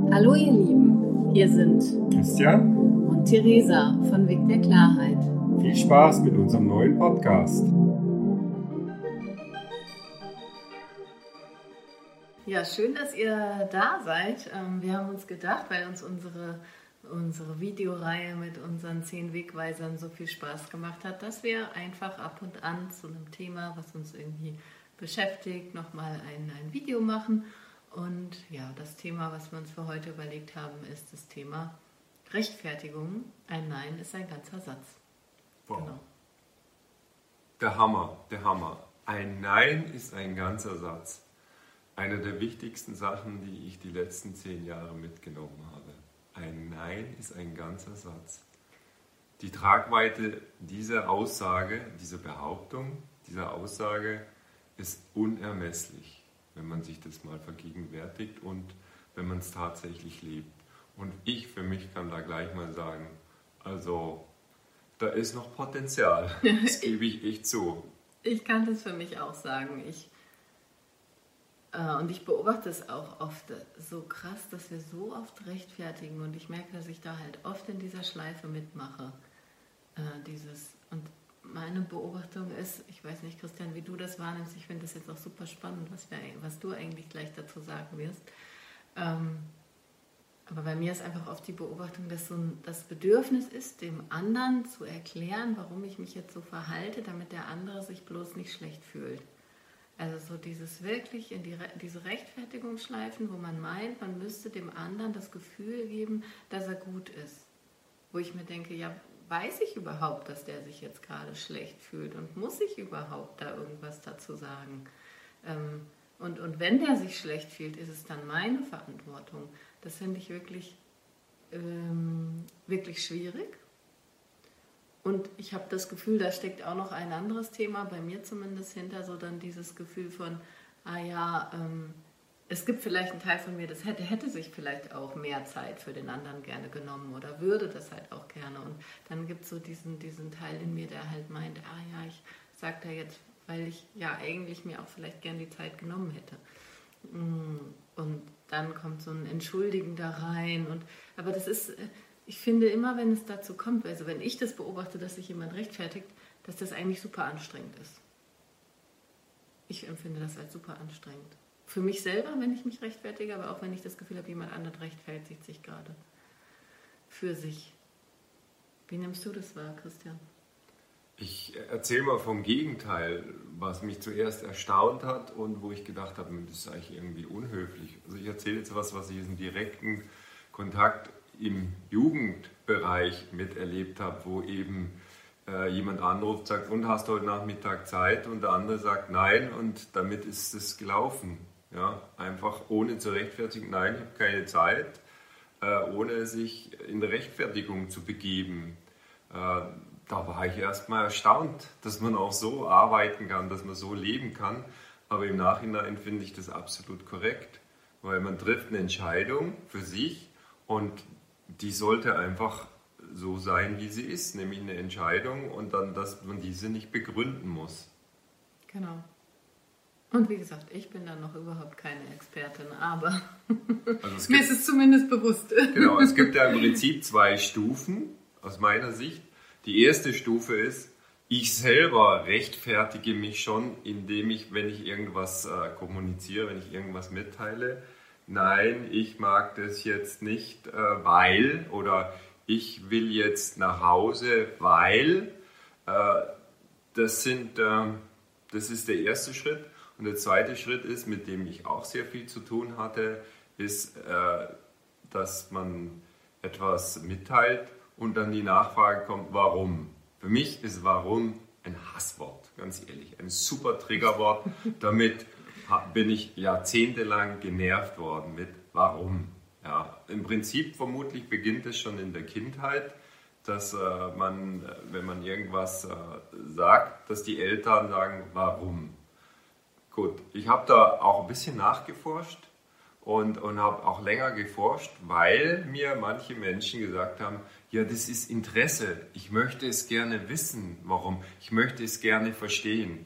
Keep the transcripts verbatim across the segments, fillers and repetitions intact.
Hallo ihr Lieben, hier sind Christian und Theresa von Weg der Klarheit. Viel Spaß mit unserem neuen Podcast. Ja, schön, dass ihr da seid. Wir haben uns gedacht, weil uns unsere, unsere Videoreihe mit unseren zehn Wegweisern so viel Spaß gemacht hat, dass wir einfach ab und an zu einem Thema, was uns irgendwie beschäftigt, nochmal ein, ein Video machen. Und ja, das Thema, was wir uns für heute überlegt haben, ist das Thema Rechtfertigung. Ein Nein ist ein ganzer Satz. Wow. Genau. Der Hammer, der Hammer. Ein Nein ist ein ganzer Satz. Eine der wichtigsten Sachen, die ich die letzten zehn Jahre mitgenommen habe. Ein Nein ist ein ganzer Satz. Die Tragweite dieser Aussage, dieser Behauptung, dieser Aussage ist unermesslich, wenn man sich das mal vergegenwärtigt und wenn man es tatsächlich lebt. Und ich für mich kann da gleich mal sagen, also da ist noch Potenzial, das gebe ich echt zu. Ich kann das für mich auch sagen. Ich, äh, und ich beobachte es auch oft so krass, dass wir so oft rechtfertigen und ich merke, dass ich da halt oft in dieser Schleife mitmache. Äh, dieses und Meine Beobachtung ist, ich weiß nicht, Christian, wie du das wahrnimmst, ich finde das jetzt auch super spannend, was, wir, was du eigentlich gleich dazu sagen wirst. Ähm, aber bei mir ist einfach oft die Beobachtung, dass so ein, das Bedürfnis ist, dem anderen zu erklären, warum ich mich jetzt so verhalte, damit der andere sich bloß nicht schlecht fühlt. Also so dieses wirklich in die, diese Rechtfertigungsschleifen, wo man meint, man müsste dem anderen das Gefühl geben, dass er gut ist. Wo ich mir denke, ja, weiß ich überhaupt, dass der sich jetzt gerade schlecht fühlt und muss ich überhaupt da irgendwas dazu sagen? Ähm, und, und wenn der sich schlecht fühlt, ist es dann meine Verantwortung. Das finde ich wirklich, ähm, wirklich schwierig. Und ich habe das Gefühl, da steckt auch noch ein anderes Thema, bei mir zumindest hinter, so dann dieses Gefühl von, ah ja, ähm, es gibt vielleicht einen Teil von mir, das hätte, hätte sich vielleicht auch mehr Zeit für den anderen gerne genommen oder würde das halt auch gerne. Und dann gibt es so diesen, diesen Teil in mir, der halt meint, ah ja, ich sage da jetzt, weil ich ja eigentlich mir auch vielleicht gerne die Zeit genommen hätte. Und dann kommt so ein Entschuldigen da rein. Und, aber das ist, ich finde immer, wenn es dazu kommt, also wenn ich das beobachte, dass sich jemand rechtfertigt, dass das eigentlich super anstrengend ist. Ich empfinde das als super anstrengend. Für mich selber, wenn ich mich rechtfertige, aber auch wenn ich das Gefühl habe, jemand anderes rechtfertigt sich gerade für sich. Wie nimmst du das wahr, Christian? Ich erzähle mal vom Gegenteil, was mich zuerst erstaunt hat und wo ich gedacht habe, das ist eigentlich irgendwie unhöflich. Also ich erzähle jetzt was, was ich im direkten Kontakt im Jugendbereich miterlebt habe, wo eben äh, jemand anruft, sagt, und hast du heute Nachmittag Zeit? Und der andere sagt, nein, und damit ist es gelaufen. Ja, einfach ohne zu rechtfertigen, nein, ich habe keine Zeit, äh, ohne sich in Rechtfertigung zu begeben. Äh, da war ich erstmal erstaunt, dass man auch so arbeiten kann, dass man so leben kann. Aber im Nachhinein finde ich das absolut korrekt, weil man trifft eine Entscheidung für sich und die sollte einfach so sein, wie sie ist, nämlich eine Entscheidung und dann, dass man diese nicht begründen muss. Genau. Und wie gesagt, ich bin da noch überhaupt keine Expertin, aber also mir ist es zumindest bewusst. Genau, es gibt ja im Prinzip zwei Stufen aus meiner Sicht. Die erste Stufe ist, ich selber rechtfertige mich schon, indem ich, wenn ich irgendwas äh, kommuniziere, wenn ich irgendwas mitteile, nein, ich mag das jetzt nicht, äh, weil, oder ich will jetzt nach Hause, weil, äh, das, sind, äh, das ist der erste Schritt. Und der zweite Schritt ist, mit dem ich auch sehr viel zu tun hatte, ist, äh, dass man etwas mitteilt und dann die Nachfrage kommt, warum? Für mich ist warum ein Hasswort, ganz ehrlich, ein super Triggerwort. Damit bin ich jahrzehntelang genervt worden mit warum. Ja, im Prinzip vermutlich beginnt es schon in der Kindheit, dass äh, man, wenn man irgendwas äh, sagt, dass die Eltern sagen, warum. Gut, ich habe da auch ein bisschen nachgeforscht und, und habe auch länger geforscht, weil mir manche Menschen gesagt haben, ja, das ist Interesse, ich möchte es gerne wissen, warum, ich möchte es gerne verstehen.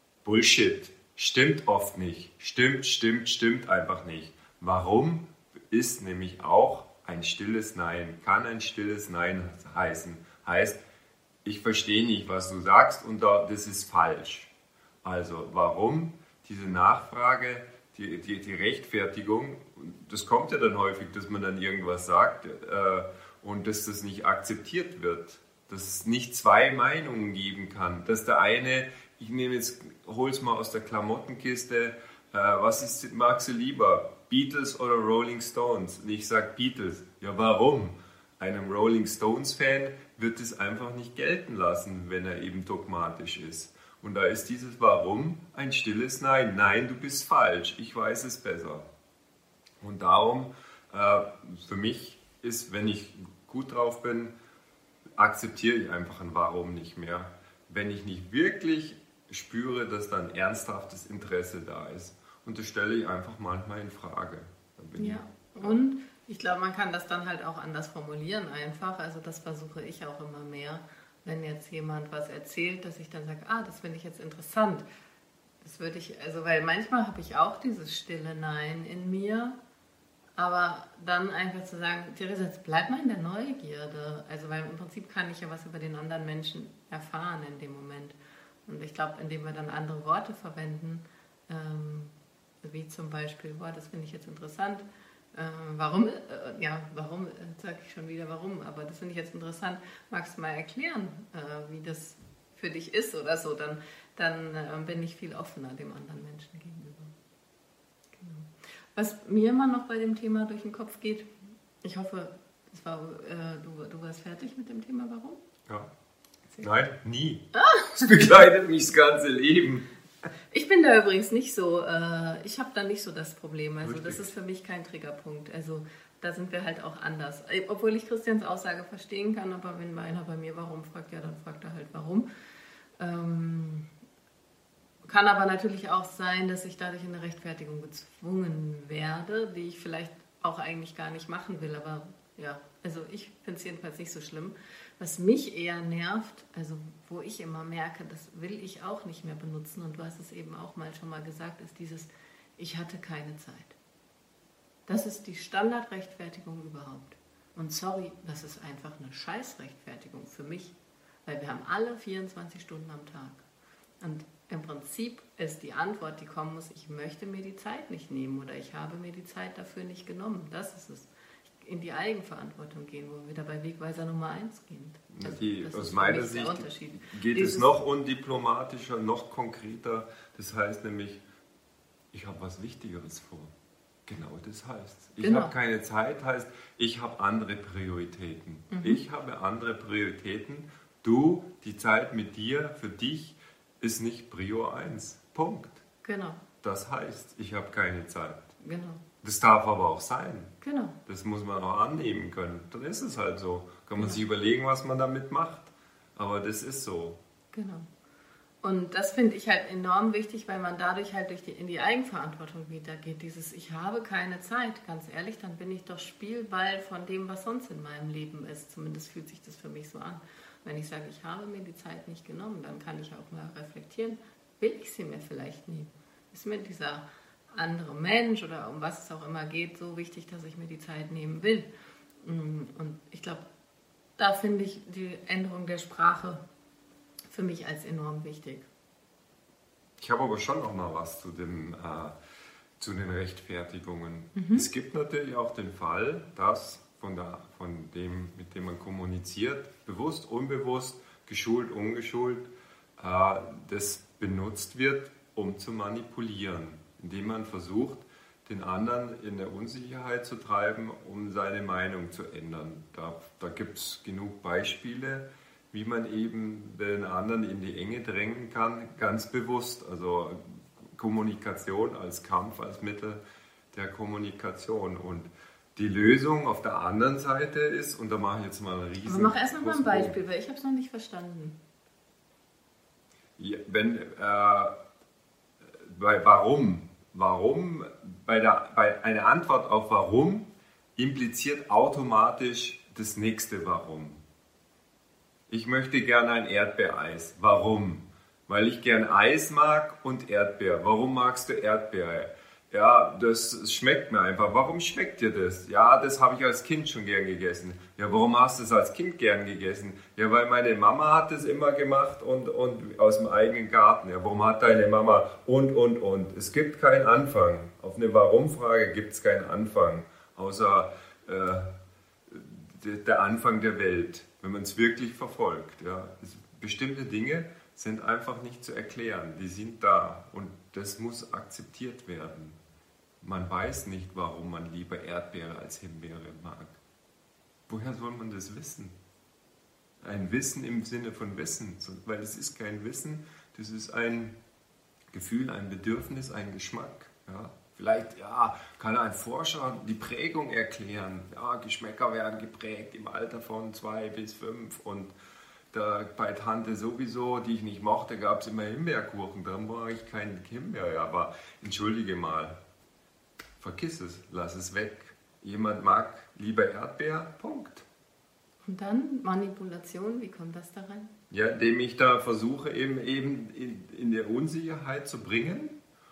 Bullshit, stimmt oft nicht, stimmt, stimmt, stimmt einfach nicht. Warum ist nämlich auch ein stilles Nein, kann ein stilles Nein heißen. Heißt, ich verstehe nicht, was du sagst und das ist falsch. Also warum diese Nachfrage, die, die, die Rechtfertigung, das kommt ja dann häufig, dass man dann irgendwas sagt äh, und dass das nicht akzeptiert wird. Dass es nicht zwei Meinungen geben kann. Dass der eine, ich nehme jetzt, hol's mal aus der Klamottenkiste, äh, was ist, magst du lieber, Beatles oder Rolling Stones? Und ich sage Beatles. Ja, warum? Einem Rolling Stones-Fan wird es einfach nicht gelten lassen, wenn er eben dogmatisch ist. Und da ist dieses Warum ein stilles Nein. Nein, du bist falsch, ich weiß es besser. Und darum, äh, für mich ist, wenn ich gut drauf bin, akzeptiere ich einfach ein Warum nicht mehr. Wenn ich nicht wirklich spüre, dass da ein ernsthaftes Interesse da ist. Und das stelle ich einfach manchmal in Frage. Ja, und ich glaube, man kann das dann halt auch anders formulieren einfach. Also das versuche ich auch immer mehr. Wenn jetzt jemand was erzählt, dass ich dann sage, ah, das finde ich jetzt interessant. Das würde ich, also weil manchmal habe ich auch dieses stille Nein in mir. Aber dann einfach zu sagen, Theresa, jetzt bleib mal in der Neugierde. Also weil im Prinzip kann ich ja was über den anderen Menschen erfahren in dem Moment. Und ich glaube, indem wir dann andere Worte verwenden, ähm, wie zum Beispiel, boah, das finde ich jetzt interessant. Äh, warum, äh, ja, warum, äh, sage ich schon wieder warum, aber das finde ich jetzt interessant. Magst du mal erklären, äh, wie das für dich ist oder so? Dann, dann äh, bin ich viel offener dem anderen Menschen gegenüber. Was mir immer noch bei dem Thema durch den Kopf geht, ich hoffe, das war, äh, du, du warst fertig mit dem Thema Warum? Ja. Nein, nie. Es begleitet mich das ganze Leben. Ich bin da übrigens nicht so, äh, ich habe da nicht so das Problem. Also Richtig. Das ist für mich kein Triggerpunkt. Also da sind wir halt auch anders. Obwohl ich Christians Aussage verstehen kann, aber wenn einer bei mir Warum fragt, ja, dann fragt er halt Warum. Ähm, Kann aber natürlich auch sein, dass ich dadurch in eine Rechtfertigung gezwungen werde, die ich vielleicht auch eigentlich gar nicht machen will. Aber ja, also ich finde es jedenfalls nicht so schlimm. Was mich eher nervt, also wo ich immer merke, das will ich auch nicht mehr benutzen, und du hast es eben auch mal schon mal gesagt, ist dieses, ich hatte keine Zeit. Das ist die Standardrechtfertigung überhaupt. Und sorry, das ist einfach eine Scheißrechtfertigung für mich, weil wir haben alle vierundzwanzig Stunden am Tag. Und im Prinzip ist die Antwort, die kommen muss, ich möchte mir die Zeit nicht nehmen oder ich habe mir die Zeit dafür nicht genommen. Das ist es. In die Eigenverantwortung gehen, wo wir wieder bei Wegweiser Nummer eins gehen. Also die, aus meiner Sicht geht Dieses es noch undiplomatischer, noch konkreter. Das heißt nämlich, ich habe was Wichtigeres vor. Genau das heißt. Ich genau. habe keine Zeit, heißt, ich habe andere Prioritäten. Mhm. Ich habe andere Prioritäten. Du, die Zeit mit dir, für dich, ist nicht Prio eins. Punkt. Genau. Das heißt, ich habe keine Zeit. Genau. Das darf aber auch sein. Genau. Das muss man auch annehmen können. Dann ist es halt so. Kann man genau. sich überlegen, was man damit macht. Aber das ist so. Genau. Und das finde ich halt enorm wichtig, weil man dadurch halt durch die, in die Eigenverantwortung wieder geht. Dieses, ich habe keine Zeit, ganz ehrlich, dann bin ich doch Spielball von dem, was sonst in meinem Leben ist. Zumindest fühlt sich das für mich so an. Wenn ich sage, ich habe mir die Zeit nicht genommen, dann kann ich auch mal reflektieren, will ich sie mir vielleicht nie? Ist mir dieser andere Mensch oder um was es auch immer geht, so wichtig, dass ich mir die Zeit nehmen will? Und ich glaube, da finde ich die Änderung der Sprache für mich als enorm wichtig. Ich habe aber schon noch mal was zu, dem, äh, zu den Rechtfertigungen. Mhm. Es gibt natürlich auch den Fall, dass von, der, von dem, mit dem man kommuniziert, bewusst, unbewusst, geschult, ungeschult, äh, das benutzt wird, um zu manipulieren, indem man versucht, den anderen in der Unsicherheit zu treiben, um seine Meinung zu ändern. Da, da gibt es genug Beispiele, wie man eben den anderen in die Enge drängen kann, ganz bewusst. Also Kommunikation als Kampf, als Mittel der Kommunikation. Und die Lösung auf der anderen Seite ist, und da mache ich jetzt mal einen riesen... Aber mach erst noch mal ein Beispiel, weil ich habe es noch nicht verstanden. Ja, wenn, äh, bei warum? Warum? Bei, der, bei einer Antwort auf warum impliziert automatisch das nächste Warum. Ich möchte gerne ein Erdbeereis. Warum? Weil ich gern Eis mag und Erdbeer. Warum magst du Erdbeere? Ja, das schmeckt mir einfach. Warum schmeckt dir das? Ja, das habe ich als Kind schon gern gegessen. Ja, warum hast du es als Kind gern gegessen? Ja, weil meine Mama hat das immer gemacht und, und aus dem eigenen Garten. Ja, warum hat deine Mama und, und, und? Es gibt keinen Anfang. Auf eine Warum-Frage gibt es keinen Anfang. Außer äh, der Anfang der Welt, wenn man es wirklich verfolgt. Ja. Es, bestimmte Dinge sind einfach nicht zu erklären. Die sind da und das muss akzeptiert werden. Man weiß nicht, warum man lieber Erdbeere als Himbeere mag. Woher soll man das wissen? Ein Wissen im Sinne von Wissen, weil es ist kein Wissen, das ist ein Gefühl, ein Bedürfnis, ein Geschmack. Ja? Vielleicht ja, kann ein Forscher die Prägung erklären. Ja, Geschmäcker werden geprägt im Alter von zwei bis fünf und da, bei Tante sowieso, die ich nicht mochte, gab es immer Himbeerkuchen. Da war ich kein Himbeer, aber entschuldige mal. Vergiss es, lass es weg. Jemand mag lieber Erdbeer, Punkt. Und dann Manipulation, wie kommt das da rein? Ja, indem ich da versuche, eben, eben in, in der Unsicherheit zu bringen,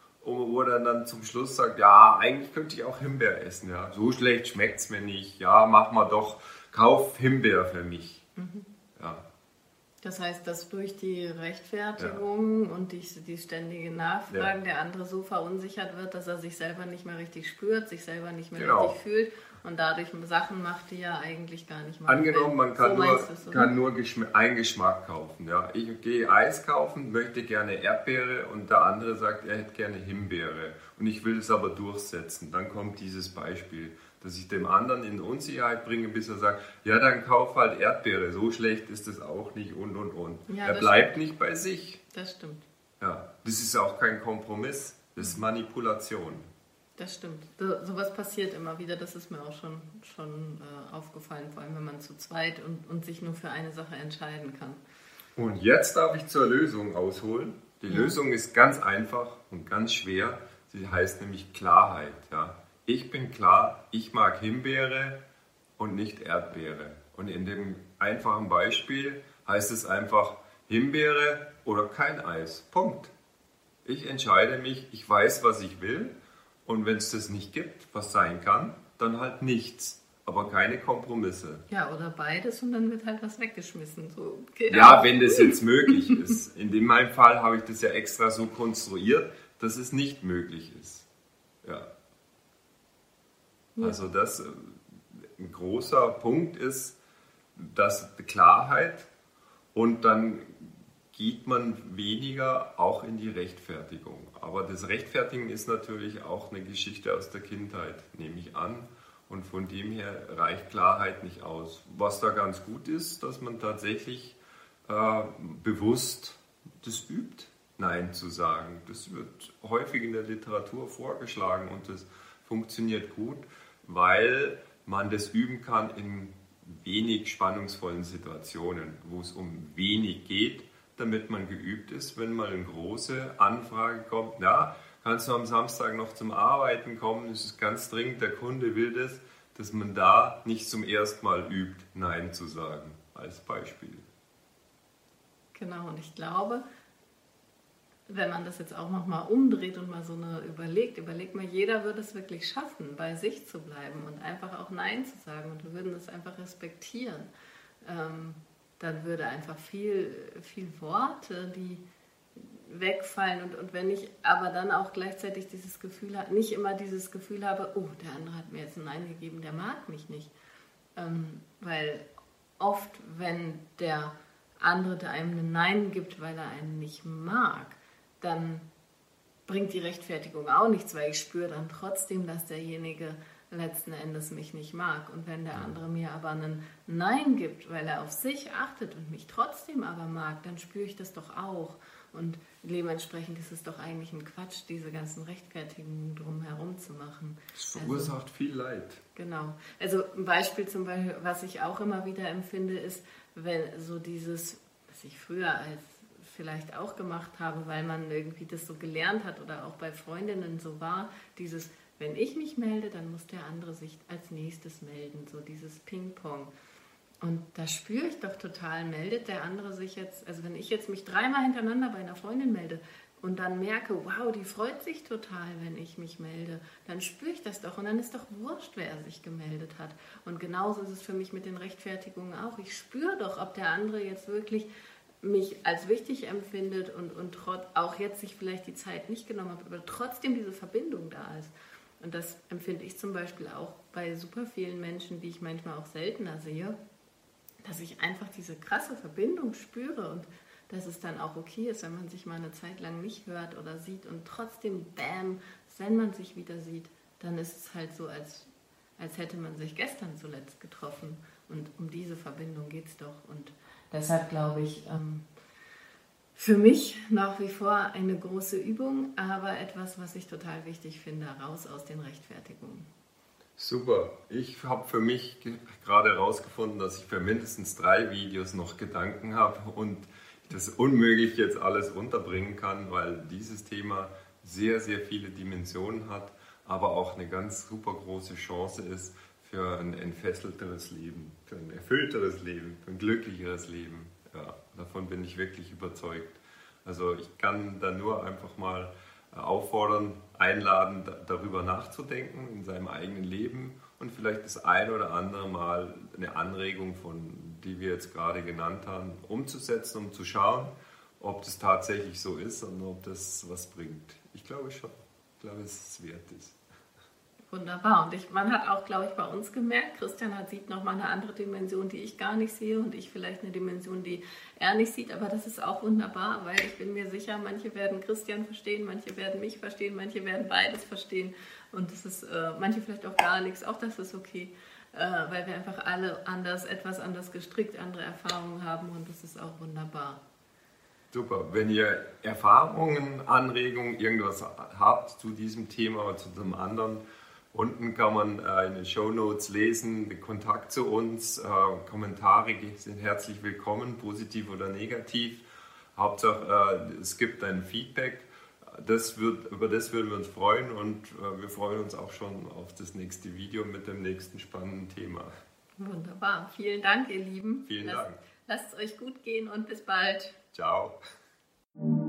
wo er dann zum Schluss sagt, ja, eigentlich könnte ich auch Himbeer essen. Ja. So schlecht schmeckt es mir nicht. Ja, mach mal doch, kauf Himbeer für mich. Mhm. Ja. Das heißt, dass durch die Rechtfertigung ja. und die, die ständige Nachfragen ja. der andere so verunsichert wird, dass er sich selber nicht mehr richtig spürt, sich selber nicht mehr genau. richtig fühlt und dadurch Sachen macht, die er eigentlich gar nicht macht. Angenommen, man kann so nur, es, kann nur einen Geschmack kaufen. Ja. Ich gehe Eis kaufen, möchte gerne Erdbeere und der andere sagt, er hätte gerne Himbeere und ich will es aber durchsetzen. Dann kommt dieses Beispiel, dass ich dem anderen in Unsicherheit bringe, bis er sagt, ja, dann kauf halt Erdbeere, so schlecht ist es auch nicht und, und, und. Ja, er bleibt stimmt. nicht bei sich. Das stimmt. Ja, das ist auch kein Kompromiss, das ist Manipulation. Das stimmt. So, sowas passiert immer wieder, das ist mir auch schon, schon äh, aufgefallen, vor allem wenn man zu zweit und, und sich nur für eine Sache entscheiden kann. Und jetzt darf ich zur Lösung ausholen. Die ja. Lösung ist ganz einfach und ganz schwer, sie heißt nämlich Klarheit, ja. Ich bin klar, ich mag Himbeere und nicht Erdbeere. Und in dem einfachen Beispiel heißt es einfach Himbeere oder kein Eis. Punkt. Ich entscheide mich, ich weiß, was ich will. Und wenn es das nicht gibt, was sein kann, dann halt nichts. Aber keine Kompromisse. Ja, oder beides und dann wird halt was weggeschmissen. So, genau. Ja, wenn das jetzt möglich ist. In meinem Fall habe ich das ja extra so konstruiert, dass es nicht möglich ist. Ja. Also das ein großer Punkt ist, dass die Klarheit und dann geht man weniger auch in die Rechtfertigung. Aber das Rechtfertigen ist natürlich auch eine Geschichte aus der Kindheit, nehme ich an. Und von dem her reicht Klarheit nicht aus. Was da ganz gut ist, dass man tatsächlich äh, bewusst das übt, Nein zu sagen. Das wird häufig in der Literatur vorgeschlagen und das funktioniert gut, weil man das üben kann in wenig spannungsvollen Situationen, wo es um wenig geht, damit man geübt ist, wenn mal eine große Anfrage kommt, na, kannst du am Samstag noch zum Arbeiten kommen, das ist ganz dringend, der Kunde will das, dass man da nicht zum ersten Mal übt, Nein zu sagen, als Beispiel. Genau, und ich glaube, wenn man das jetzt auch nochmal umdreht und mal so eine überlegt, überlegt mal, jeder würde es wirklich schaffen, bei sich zu bleiben und einfach auch Nein zu sagen und wir würden das einfach respektieren. Ähm, dann würde einfach viel, viel Worte, die wegfallen und, und wenn ich aber dann auch gleichzeitig dieses Gefühl habe, nicht immer dieses Gefühl habe, oh, der andere hat mir jetzt ein Nein gegeben, der mag mich nicht. Ähm, weil oft, wenn der andere der einem ein Nein gibt, weil er einen nicht mag, dann bringt die Rechtfertigung auch nichts, weil ich spüre dann trotzdem, dass derjenige letzten Endes mich nicht mag. Und wenn der andere mir aber ein Nein gibt, weil er auf sich achtet und mich trotzdem aber mag, dann spüre ich das doch auch. Und dementsprechend ist es doch eigentlich ein Quatsch, diese ganzen Rechtfertigungen drumherum zu machen. Es verursacht also, viel Leid. Genau. Also ein Beispiel zum Beispiel, was ich auch immer wieder empfinde, ist, wenn so dieses, was ich früher als vielleicht auch gemacht habe, weil man irgendwie das so gelernt hat oder auch bei Freundinnen so war, dieses, wenn ich mich melde, dann muss der andere sich als nächstes melden, so dieses Ping-Pong. Und da spüre ich doch total, meldet der andere sich jetzt, also wenn ich jetzt mich dreimal hintereinander bei einer Freundin melde, und dann merke, wow, die freut sich total, wenn ich mich melde, dann spüre ich das doch und dann ist doch wurscht, wer sich gemeldet hat. Und genauso ist es für mich mit den Rechtfertigungen auch. Ich spüre doch, ob der andere jetzt wirklich mich als wichtig empfindet und, und trot, auch jetzt sich vielleicht die Zeit nicht genommen hat, aber trotzdem diese Verbindung da ist. Und das empfinde ich zum Beispiel auch bei super vielen Menschen, die ich manchmal auch seltener sehe, dass ich einfach diese krasse Verbindung spüre und dass es dann auch okay ist, wenn man sich mal eine Zeit lang nicht hört oder sieht und trotzdem, bam, wenn man sich wieder sieht, dann ist es halt so, als, als hätte man sich gestern zuletzt getroffen. Und um diese Verbindung geht es doch. Und deshalb glaube ich, ähm, für mich nach wie vor eine große Übung, aber etwas, was ich total wichtig finde, raus aus den Rechtfertigungen. Super. Ich habe für mich gerade herausgefunden, dass ich für mindestens drei Videos noch Gedanken habe und das unmöglich jetzt alles unterbringen kann, weil dieses Thema sehr, sehr viele Dimensionen hat, aber auch eine ganz super große Chance ist für ein entfesselteres Leben, für ein erfüllteres Leben, für ein glücklicheres Leben. Ja, davon bin ich wirklich überzeugt. Also ich kann da nur einfach mal auffordern, einladen, darüber nachzudenken in seinem eigenen Leben und vielleicht das ein oder andere Mal eine Anregung, von die wir jetzt gerade genannt haben, umzusetzen, um zu schauen, ob das tatsächlich so ist und ob das was bringt. Ich glaube schon. Ich glaube, dass es wert ist. Wunderbar. Und ich, man hat auch, glaube ich, bei uns gemerkt, Christian hat, sieht nochmal eine andere Dimension, die ich gar nicht sehe und ich vielleicht eine Dimension, die er nicht sieht. Aber das ist auch wunderbar, weil ich bin mir sicher, manche werden Christian verstehen, manche werden mich verstehen, manche werden beides verstehen. Und das ist, äh, manche vielleicht auch gar nichts. Auch das ist okay, äh, weil wir einfach alle anders, etwas anders gestrickt, andere Erfahrungen haben und das ist auch wunderbar. Super. Wenn ihr Erfahrungen, Anregungen, irgendwas habt zu diesem Thema oder zu einem anderen, unten kann man äh, in den Shownotes lesen, den Kontakt zu uns, äh, Kommentare sind herzlich willkommen, positiv oder negativ. Hauptsache, äh, es gibt ein Feedback. Das wird, über das würden wir uns freuen und äh, wir freuen uns auch schon auf das nächste Video mit dem nächsten spannenden Thema. Wunderbar. Vielen Dank, ihr Lieben. Vielen lasst, Dank. Lasst es euch gut gehen und bis bald. Ciao.